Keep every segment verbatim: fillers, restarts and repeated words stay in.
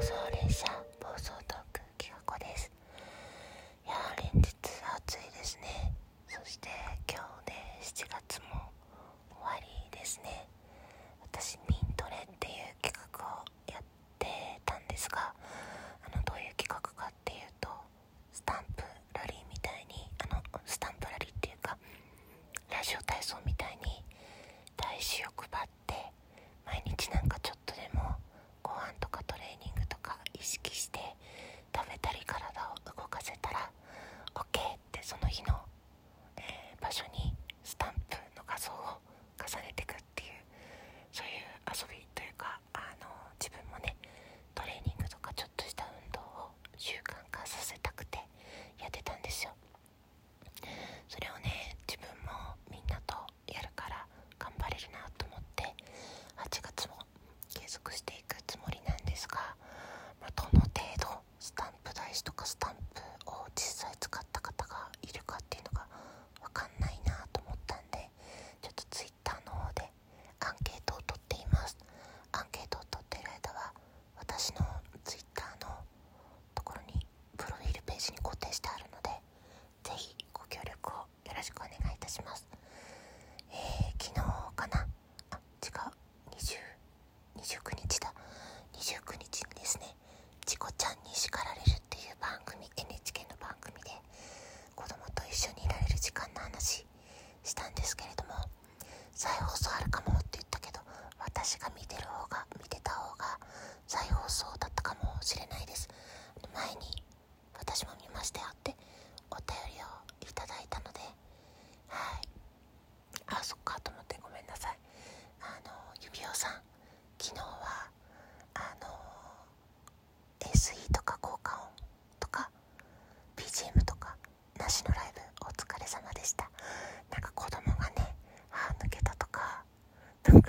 送列車暴走トークきがこです。いやー連日暑いですね。そして今日でしちがつも終わりですね。私ミントレっていう企画をやってたんですが、あのどういう企画かっていうと、スタンプラリーみたいにあのスタンプラリーっていうかラジオ体操みたいに台紙を配って毎日なんかちょっとでもご飯とかトレーニングとか意識して食べたり体を動かせたら OK ってその日の、えー、場所にスタンプの画像を重ねていくっていう、そういう遊びというか、あの自分もねトレーニングとかちょっとした運動を習慣化させたくてやってたんですよ。それをね自分もみんなとやるから頑張れるなと思ってはちがつも継続していくつもりなんですが、まあ、どの程度スタンプ台紙とかスタンプを実際使った方がいるかっていうのが分かんないなと思ったんで、ちょっとツイッターの方でアンケートを取っています。アンケートを取っている間は私のツイッターのところにプロフィールページに固定してあるので、ぜひご協力をよろしくお願いいたします。えー、昨日かなあ違う20 29日だにじゅうくにちにですね、チコちゃんに叱られるっていう番組 エヌエイチケー の番組で子供と一緒にいられる時間の話したんですけれども、再放送あるかもって言ったけど、私が見てる方が見てた方が再放送だったかもしれないです。前に私も見ましたよってお便りをいただいたので、はい、あそっかと思ってごめんなさい。あの指輪さん、昨日はあの エスイー とか効果音とか ビージーエム とかなしのライブお疲れ様でした。なんか子供がね歯抜けたとかなんか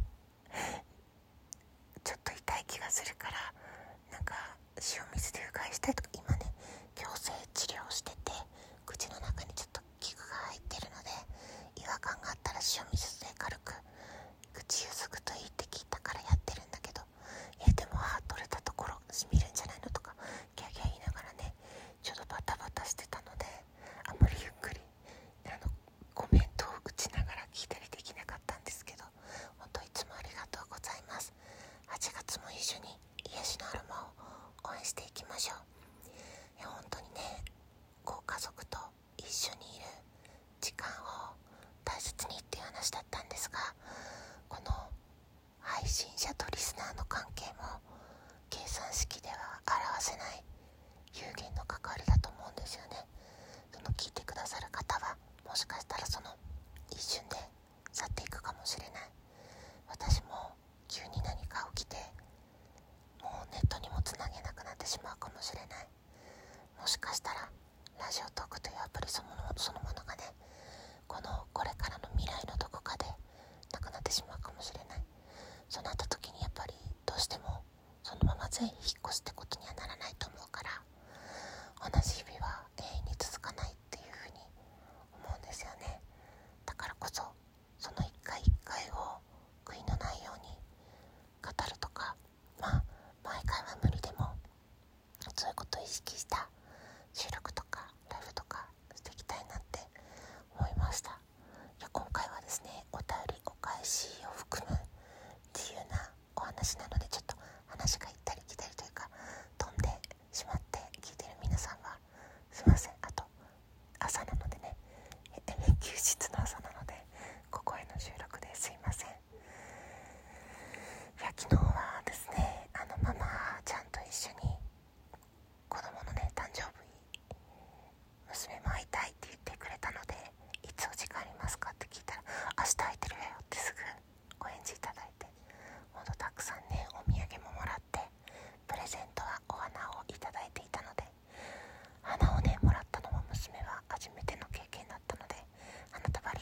ちょっと痛い気がするから、なんか塩水でうがいしたいとか、今ね矯正治療してて口の中にちょっと器具が入ってるので、違和感があったら塩水で軽く口ゆすぐといいって聞いたからやってるんだけど、えでも歯取れたところしみるんじゃないのとかギャギャ言いながらねちょっとバタバタしてたので、あんまりゆっくりあのコメントを打ちながら聞いたりできなかったんですけど、本当いつもありがとうございます。はちがつも一緒に癒しのアロマを応援していきましょう。いや本当にね、ご家族と一緒にいる時間を大切にっていう話だったんですが、この配信者とリスナーの関係も計算式では表せない有限の関わりだと思うんですよね。その聞いてくださる方はもしかしたらその一瞬で去っていくかもしれない。私も急に何か起きてもうネットにもつなげなくなってしまうかもしれない。もしかしたらラジオトークというアプリそのもの、そのものがね、このこれからの未来のどこかでなくなってしまうかもしれない。そうなった時にやっぱりどうしてもそのまま全員引っ越すってことにはならないと思うから、同じ日々は永遠に続かないっていうふうに思うんですよね。だからこそその一回一回を悔いのないように語るとか、まあ毎回は無理でもそういうことを意識した収録とかライブとかしていきたいなって思いました。いや今回はですね、お便りお返しを含む自由なお話なので、ちょっと話が行ったり来たりというか飛んでしまって聞いてる皆さんはすいません。あと朝なのでね、休日の朝なのでここへの収録ですいません。いや昨日はですね、あのママちゃんと一緒に子供のね誕生日、娘も会いたいって言ってくれたので、いつお時間ありますかって聞いたら明日空いてるわよってすぐお返事いただいて、ほんとたくさんねお土産ももらって、プレゼントはお花をいただいていたので、花をねもらったのも娘は初めての経験だったので花束あり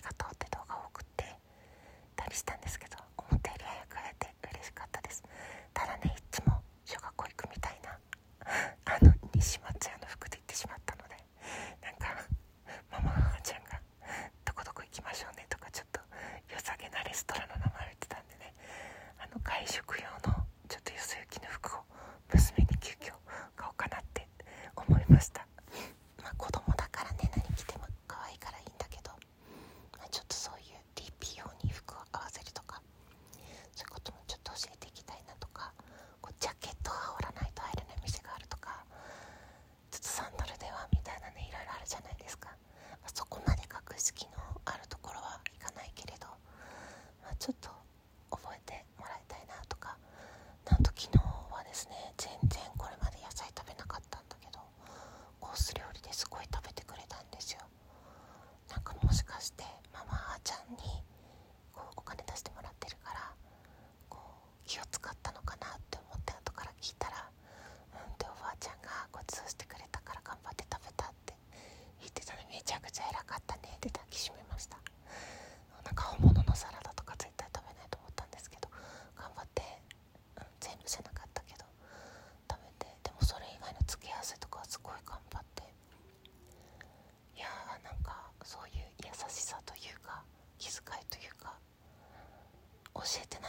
ちゃんにこうお金出してもらってるからこう気を使ったのかなって思って後から聞いたら、うんっておばあちゃんがごちそうしてくれたから頑張って食べたって言ってたの。めちゃくちゃ偉かったねって抱きしめました。なんか本物のサラダとか絶対食べないと思ったんですけど頑張って、うん、全部じゃなかったけど食べて、でもそれ以外の付け合わせとかはすごい頑張って、いやーなんかそういう優しさというか気遣いというか教えて